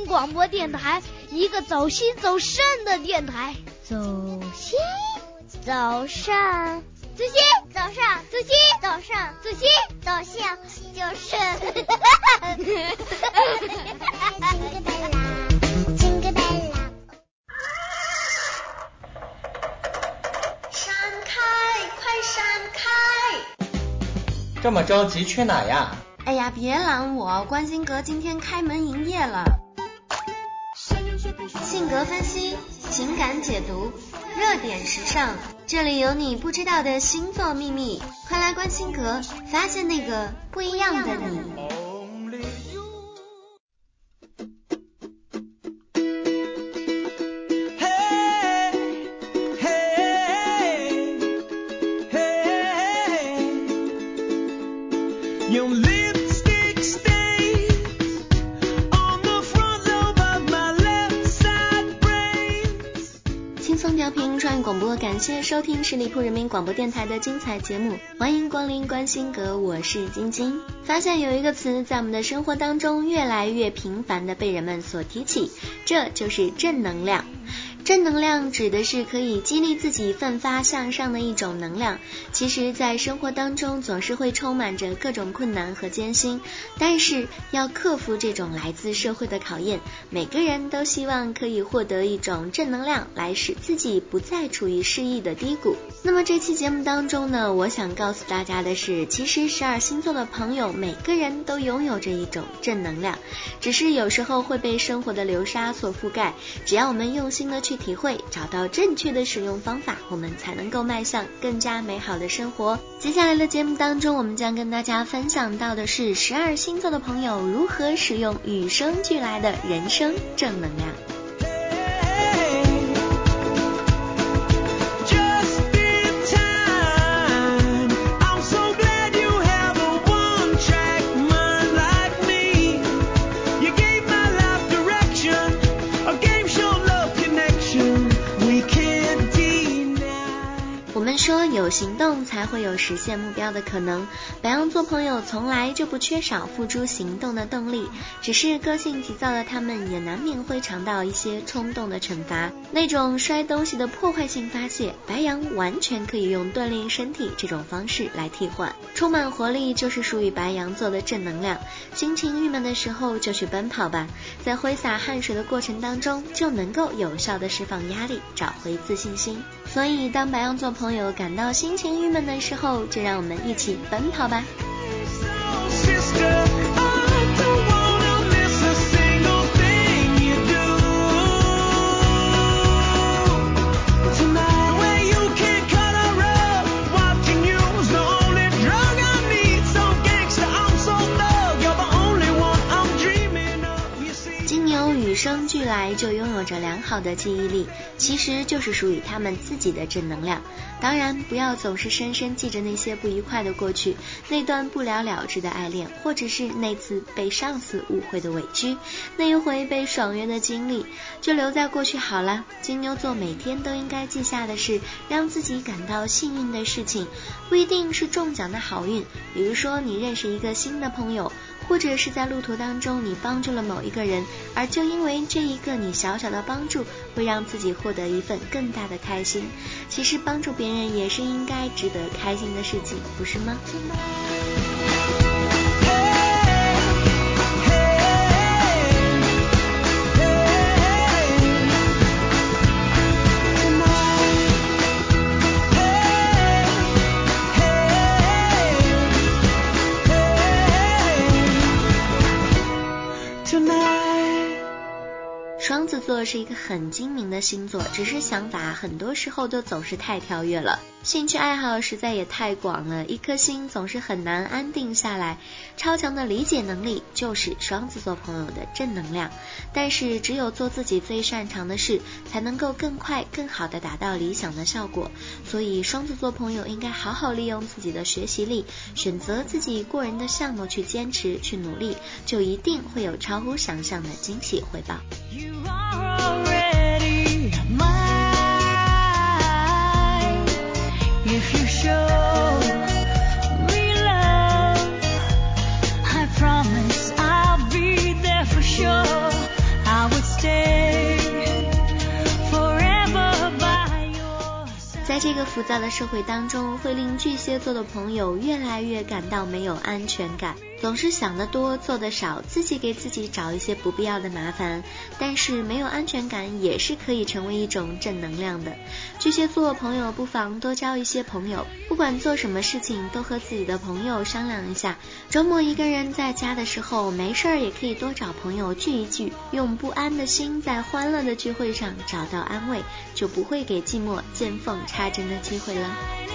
广播电台，一个走心走肾的电台。 走心走肾走心走上走心走上走心走向就是Jingle Bella 闪开快闪开， 这么着急去哪呀？ 哎呀，别拦我，关心阁今天开门营业了。性格分析，情感解读，热点时尚，这里有你不知道的星座秘密，快来关心阁，发现那个不一样的你。调频创意广播，感谢收听十里铺人民广播电台的精彩节目，欢迎光临关心阁，我是晶晶。发现有一个词在我们的生活当中越来越频繁的被人们所提起，这就是正能量。正能量指的是可以激励自己奋发向上的一种能量。其实在生活当中总是会充满着各种困难和艰辛，但是要克服这种来自社会的考验，每个人都希望可以获得一种正能量，来使自己不再处于失意的低谷。那么这期节目当中呢，我想告诉大家的是，其实12星座的朋友每个人都拥有着一种正能量，只是有时候会被生活的流沙所覆盖，只要我们用心的去体会，找到正确的使用方法，我们才能够迈向更加美好的生活。接下来的节目当中，我们将跟大家分享到的是12星座的朋友如何使用与生俱来的人生正能量。说有行动才会有实现目标的可能，白羊座朋友从来就不缺少付诸行动的动力，只是个性急躁的他们也难免会尝到一些冲动的惩罚，那种摔东西的破坏性发泄，白羊完全可以用锻炼身体这种方式来替换。充满活力就是属于白羊座的正能量，心情郁闷的时候就去奔跑吧，在挥洒汗水的过程当中就能够有效的释放压力，找回自信心。所以当白羊座朋友感到心情郁闷的时候，就让我们一起奔跑吧。与生俱来就拥有着良好的记忆力，其实就是属于他们自己的正能量。当然不要总是深深记着那些不愉快的过去，那段不了了之的爱恋，或者是那次被上司误会的委屈，那一回被爽约的经历，就留在过去好了。金牛座每天都应该记下的是让自己感到幸运的事情，不一定是中奖的好运，比如说你认识一个新的朋友，或者是在路途当中你帮助了某一个人，而就因为这一个你小小的帮助会让自己获得一份更大的开心。其实帮助别人也是应该值得开心的事情，不是吗？双子座是一个很精明的星座，只是想法很多时候都总是太跳跃了，兴趣爱好实在也太广了，一颗心总是很难安定下来。超强的理解能力就是双子座朋友的正能量，但是只有做自己最擅长的事，才能够更快更好的达到理想的效果。所以双子座朋友应该好好利用自己的学习力，选择自己过人的项目去坚持去努力，就一定会有超乎想象的惊喜回报。 You are already mine if you show me love. I promise I'll be there for sure. I 在这个浮躁的社会当中，会令巨蟹座的朋友越来越感到没有安全感，总是想得多做得少，自己给自己找一些不必要的麻烦。但是没有安全感也是可以成为一种正能量的。巨蟹座朋友不妨多交一些朋友，不管做什么事情都和自己的朋友商量一下。周末一个人在家的时候，没事儿也可以多找朋友聚一聚，用不安的心在欢乐的聚会上找到安慰，就不会给寂寞见缝插针的机会了。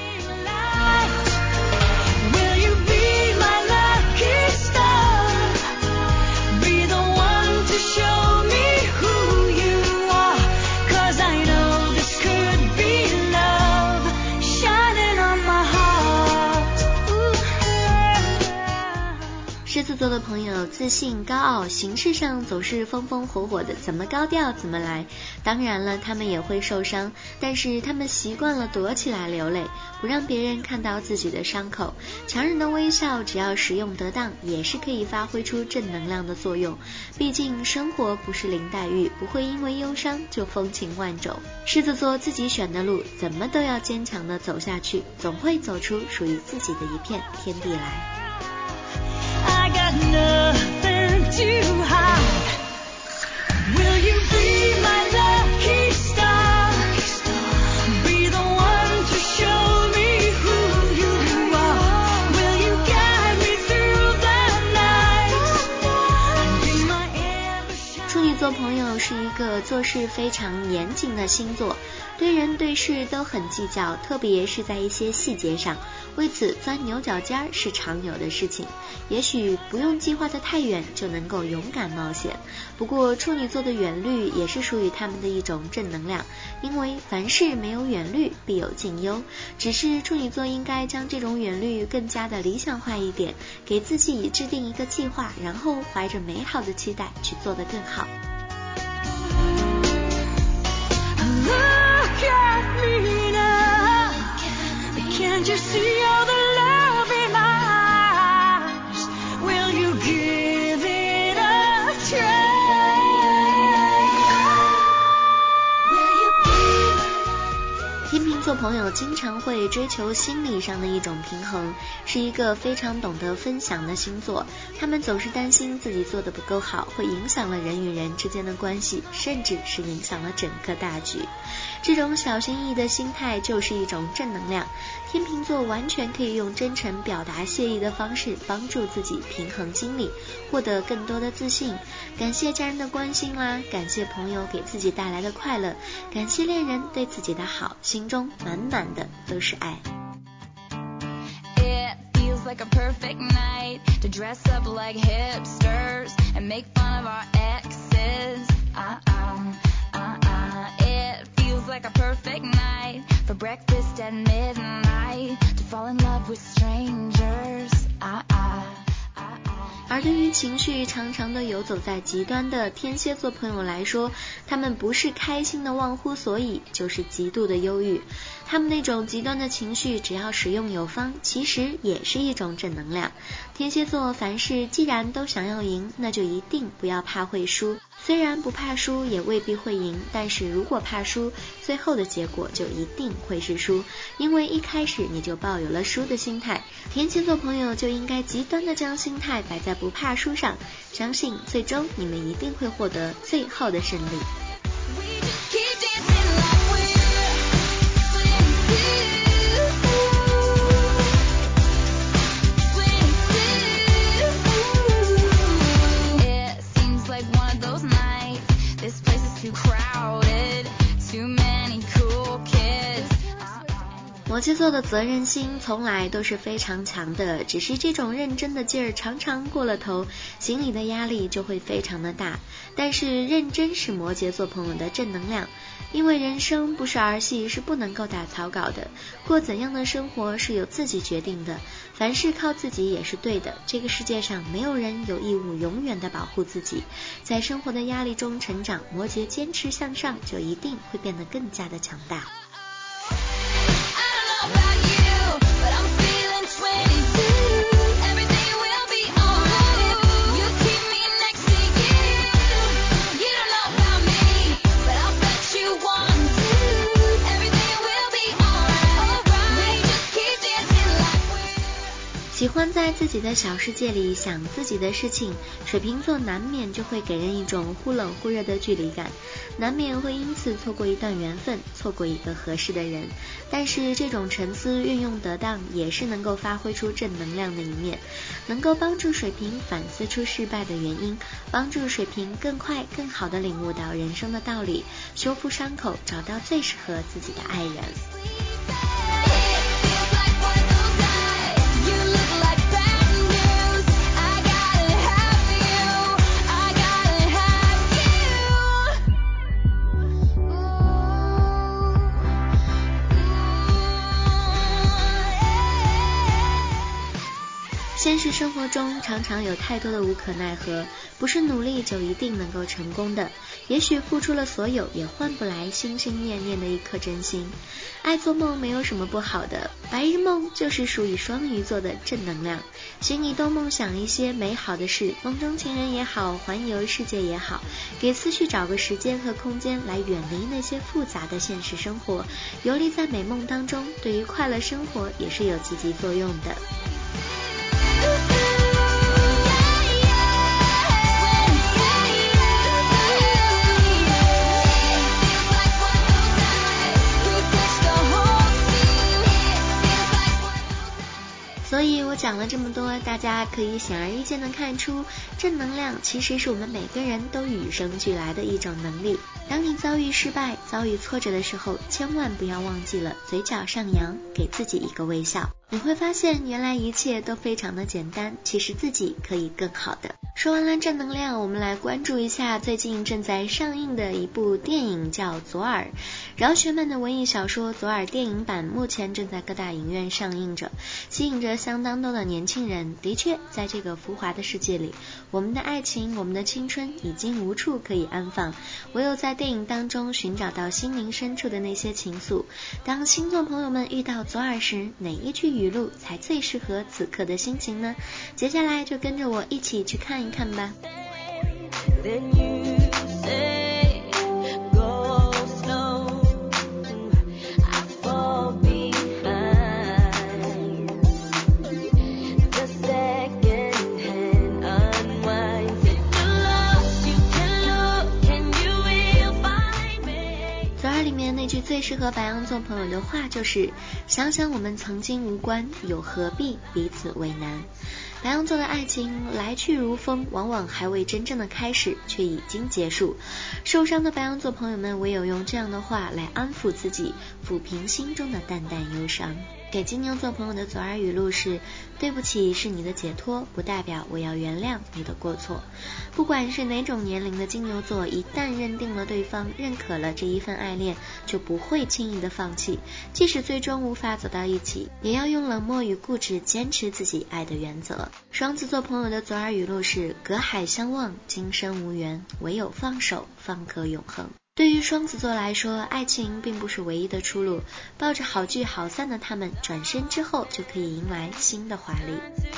狮子座的朋友自信高傲，行事上总是风风火火的，怎么高调怎么来。当然了，他们也会受伤，但是他们习惯了躲起来流泪，不让别人看到自己的伤口。强忍的微笑，只要使用得当，也是可以发挥出正能量的作用。毕竟生活不是林黛玉，不会因为忧伤就风情万种。狮子座自己选的路，怎么都要坚强的走下去，总会走出属于自己的一片天地来。 I got nothing to hide. Will you be my lucky star? Be the one to show me who you are. Will you guide me through the night? Be my ever-shining. 处女座朋友是一个做事非常严谨的星座，对人对事都很计较，特别是在一些细节上，为此钻牛角尖是常有的事情。也许不用计划得太远就能够勇敢冒险，不过处女座的远虑也是属于他们的一种正能量，因为凡事没有远虑必有近忧，只是处女座应该将这种远虑更加的理想化一点，给自己制定一个计划，然后怀着美好的期待去做得更好。 Look at me now. Can't you see all the love in my eyes? Will you give it a try? 天秤座朋友经常会追求心理上的一种平衡，是一个非常懂得分享的星座。他们总是担心自己做得不够好，会影响了人与人之间的关系，甚至是影响了整个大局。这种小心翼翼的心态就是一种正能量。天秤座完全可以用真诚表达谢意的方式帮助自己平衡心理，获得更多的自信。感谢家人的关心啦，感谢朋友给自己带来的快乐，感谢恋人对自己的好，心中满满的都是爱。 It feels like a perfect night to dress up like hipsters and make fun of our exes. It feels like a perfect night for breakfast at midnight to fall in love with strangers. 而对于情绪常常的游走在极端的天蝎座朋友来说，他们不是开心的忘乎所以，就是极度的忧郁。他们那种极端的情绪只要使用有方，其实也是一种正能量。天蝎座凡事既然都想要赢，那就一定不要怕会输。虽然不怕输也未必会赢，但是如果怕输，最后的结果就一定会是输，因为一开始你就抱有了输的心态。天蝎座朋友就应该极端的将心态摆在不怕输上，相信最终你们一定会获得最后的胜利。摩羯座的责任心从来都是非常强的，只是这种认真的劲儿常常过了头，心里的压力就会非常的大。但是认真是摩羯座朋友的正能量，因为人生不是儿戏，是不能够打草稿的，过怎样的生活是由自己决定的，凡事靠自己也是对的。这个世界上没有人有义务永远的保护自己，在生活的压力中成长，摩羯坚持向上，就一定会变得更加的强大。 欢在自己的小世界里想自己的事情，水瓶座难免就会给人一种忽冷忽热的距离感，难免会因此错过一段缘分，错过一个合适的人。但是这种沉思运用得当，也是能够发挥出正能量的一面，能够帮助水瓶反思出失败的原因，帮助水瓶更快更好地领悟到人生的道理，修复伤口，找到最适合自己的爱人。现实生活中常常有太多的无可奈何，不是努力就一定能够成功的，也许付出了所有也换不来心心念念的一颗真心。爱做梦没有什么不好的，白日梦就是属于双鱼座的正能量，心里都梦想一些美好的事，梦中情人也好，环游世界也好，给思绪找个时间和空间来远离那些复杂的现实生活，游离在美梦当中，对于快乐生活也是有积极作用的。所以我讲了这么多，大家可以显而易见地看出，正能量其实是我们每个人都与生俱来的一种能力。当你遭遇失败、遭遇挫折的时候，千万不要忘记了嘴角上扬，给自己一个微笑。你会发现原来一切都非常的简单，其实自己可以更好的。说完了正能量，我们来关注一下最近正在上映的一部电影，叫《左耳》。饶雪漫的文艺小说《左耳》电影版目前正在各大影院上映着，吸引着相当多的年轻人。的确，在这个浮华的世界里，我们的爱情，我们的青春已经无处可以安放，唯有在电影当中寻找到心灵深处的那些情愫。当星座朋友们遇到左耳时，哪一句语录才最适合此刻的心情呢？接下来就跟着我一起去看一看吧。最适合白羊座朋友的话就是想想我们曾经无关，又何必彼此为难。白羊座的爱情来去如风，往往还未真正的开始，却已经结束。受伤的白羊座朋友们唯有用这样的话来安抚自己，抚平心中的淡淡忧伤。给金牛座朋友的左耳语录是：对不起是你的解脱，不代表我要原谅你的过错。不管是哪种年龄的金牛座，一旦认定了对方，认可了这一份爱恋，就不会轻易的放弃，即使最终无法走到一起，也要用冷漠与固执坚持自己爱的原则。双子座朋友的左耳语录是：隔海相望，今生无缘，唯有放手，方可永恒。对于双子座来说，爱情并不是唯一的出路，抱着好聚好散的他们，转身之后就可以迎来新的华丽。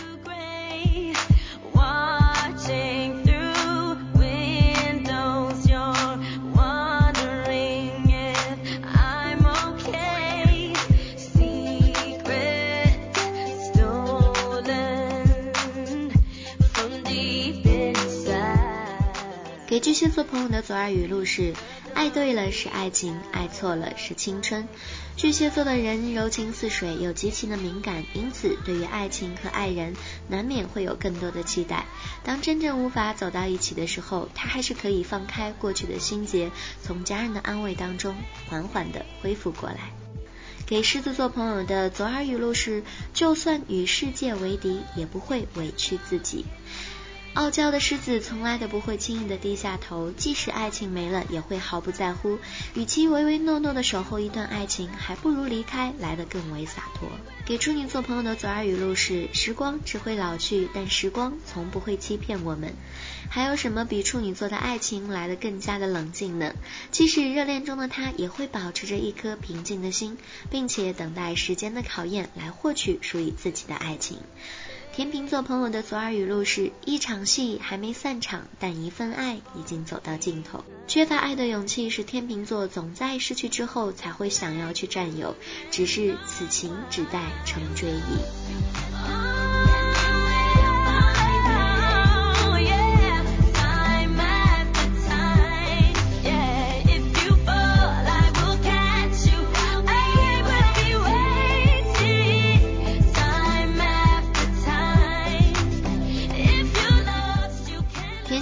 给巨蟹座朋友的左耳语录是：爱对了是爱情，爱错了是青春。巨蟹座的人柔情似水，又极其的敏感，因此对于爱情和爱人难免会有更多的期待。当真正无法走到一起的时候，他还是可以放开过去的心结，从家人的安慰当中缓缓地恢复过来。给狮子座朋友的左耳语录是：就算与世界为敌，也不会委屈自己。傲娇的狮子从来都不会轻易的低下头，即使爱情没了也会毫不在乎，与其唯唯诺诺的守候一段爱情，还不如离开来得更为洒脱。给处女座朋友的左耳语录是：时光只会老去，但时光从不会欺骗我们。还有什么比处女座的爱情来得更加的冷静呢？即使热恋中的他也会保持着一颗平静的心，并且等待时间的考验来获取属于自己的爱情。天秤座朋友的左耳语录是：一场戏还没散场，但一份爱已经走到尽头。缺乏爱的勇气是天秤座总在失去之后才会想要去占有，只是此情只待成追忆。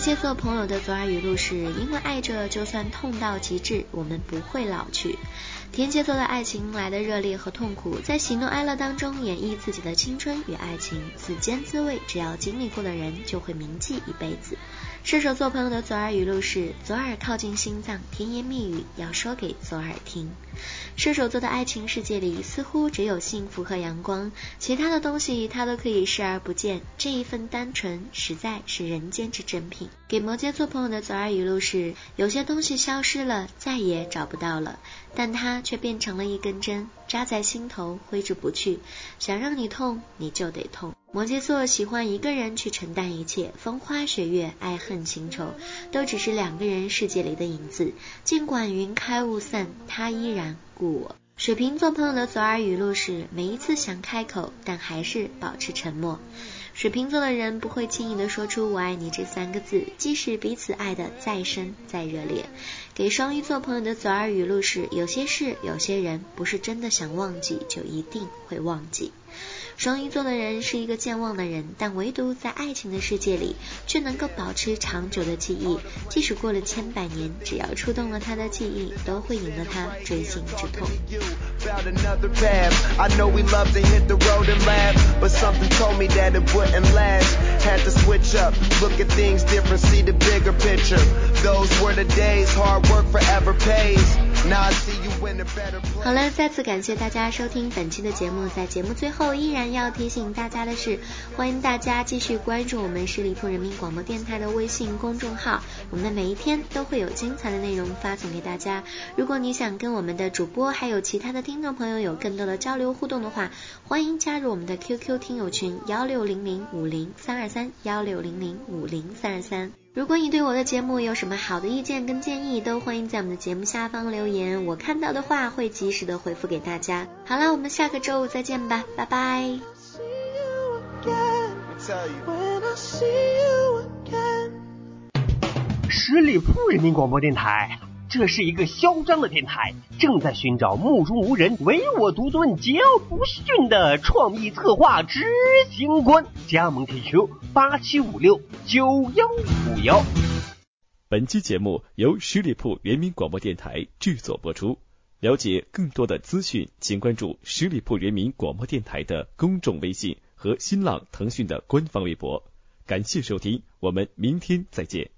蝎座朋友的左耳语录是：因为爱着，就算痛到极致，我们不会老去。天蝎座的爱情来的热烈和痛苦，在喜怒哀乐当中演绎自己的青春与爱情，此间滋味，只要经历过的人就会铭记一辈子。射手座朋友的左耳语录是：左耳靠近心脏，甜言蜜语要说给左耳听。射手座的爱情世界里似乎只有幸福和阳光，其他的东西他都可以视而不见，这一份单纯实在是人间之珍品。给摩羯座朋友的左耳语录是：有些东西消失了，再也找不到了，但它却变成了一根针，扎在心头挥之不去，想让你痛你就得痛。摩羯座喜欢一个人去承担一切，风花雪月爱恨情仇都只是两个人世界里的影子，尽管云开雾散，他依然故我。水瓶座朋友的左耳语录是：每一次想开口，但还是保持沉默。水瓶座的人不会轻易地说出我爱你这3个字，即使彼此爱得再深再热烈。给双鱼座朋友的左耳语录是：有些事有些人不是真的想忘记就一定会忘记。双鱼座的人是一个健忘的人，但唯独在爱情的世界里却能够保持长久的记忆，即使过了千百年，只要触动了他的记忆，都会赢得他锥心之痛。好了，再次感谢大家收听本期的节目。在节目最后依然要提醒大家的是，欢迎大家继续关注我们十里铺人民广播电台的微信公众号，我们每一天都会有精彩的内容发送给大家。如果你想跟我们的主播还有其他的听众朋友有更多的交流互动的话，欢迎加入我们的 QQ 听友群1600500323 1600500323。如果你对我的节目有什么好的意见跟建议，都欢迎在我们的节目下方留言，我看到的话会及时的回复给大家。好了，我们下个周五再见吧，拜拜。 十里铺人民广播电台，这是一个嚣张的电台，正在寻找目中无人、唯我独尊、桀骜不驯的创意策划执行官。加盟 QQ 87569151。 本期节目由十里铺人民广播电台制作播出。了解更多的资讯，请关注十里铺人民广播电台的公众微信和新浪、腾讯的官方微博。感谢收听，我们明天再见。